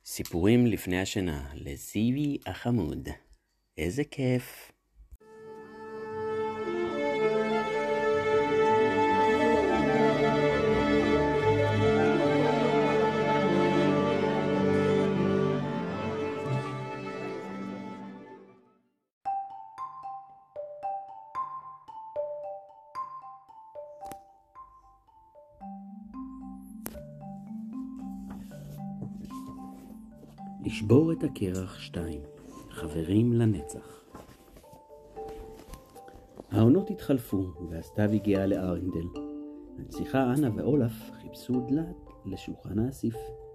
סיפורים לפני השינה לזיוי החמוד. איזה כיף. לשבור את הקרח 2. חברים לנצח. העונות התחלפו והסתיו הגיעה לארינדל. הנסיכה אנה ואולף חיפשו דלת לשולחן האסיף.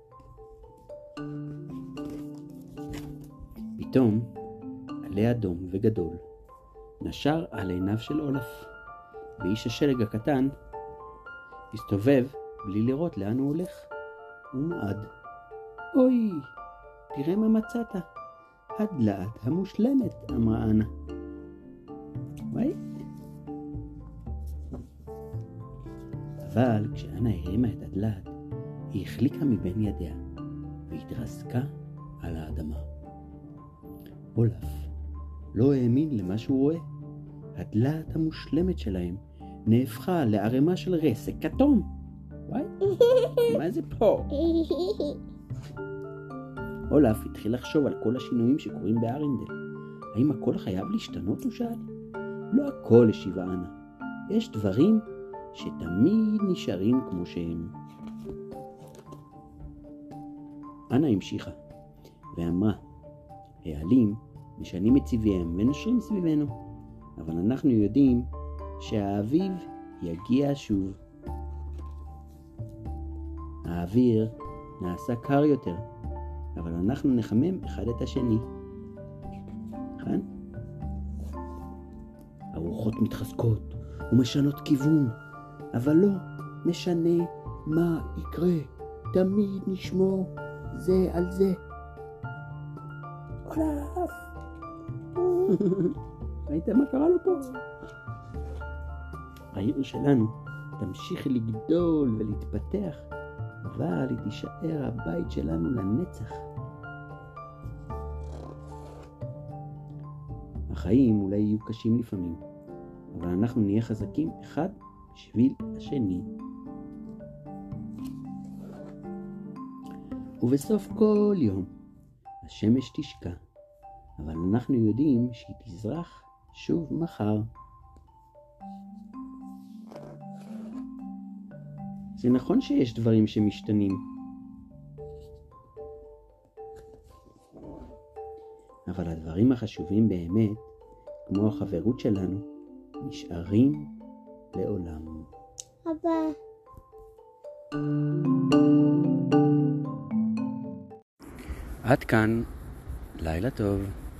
פתאום עלה אדום וגדול נשר על עיניו של אולף, ואיש השלג הקטן הסתובב בלי לראות לאן הוא הולך. הוא מעד. אוי, תראה מה מצאת. הדלת המושלמת, אמרה אנה. וואי. אבל כשאנה הרימה את הדלת, היא החליקה מבין ידיה והתרסקה על האדמה. אולף לא האמין למה שהוא רואה. הדלת המושלמת שלהם נהפכה לערימה של רסק כתום. וואי, מה זה פה? אולף התחיל לחשוב על כל השינויים שקורים בארינדל. האם הכל חייב להשתנות, הוא שאל? לא הכל, השיבה אנה. יש דברים שתמיד נשארים כמו שהם. אנה המשיכה ואמרה, העלים משנים את צבעיהם ונושרים סביבנו, אבל אנחנו יודעים שהאביב יגיע שוב. האוויר נעשה קר יותר, אבל אנחנו נחמם אחד את השני. נכון? הרוחות מתחזקות ומשנות כיוון, אבל לא משנה מה יקרה, תמיד נשמור זה על זה. אולף! ראית מה קרה לו פה? העיר שלנו תמשיך לגדול ולהתפתח, אבל היא תישאר הבית שלנו לנצח. החיים אולי יהיו קשים לפעמים, אבל אנחנו נהיה חזקים אחד בשביל השני. ובסוף כל יום השמש תשקע, אבל אנחנו יודעים שהיא תזרח שוב מחר. זה נכון שיש דברים שמשתנים, אבל הדברים החשובים באמת, כמו החברות שלנו, נשארים לעולם. אבא. עד כאן, לילה טוב.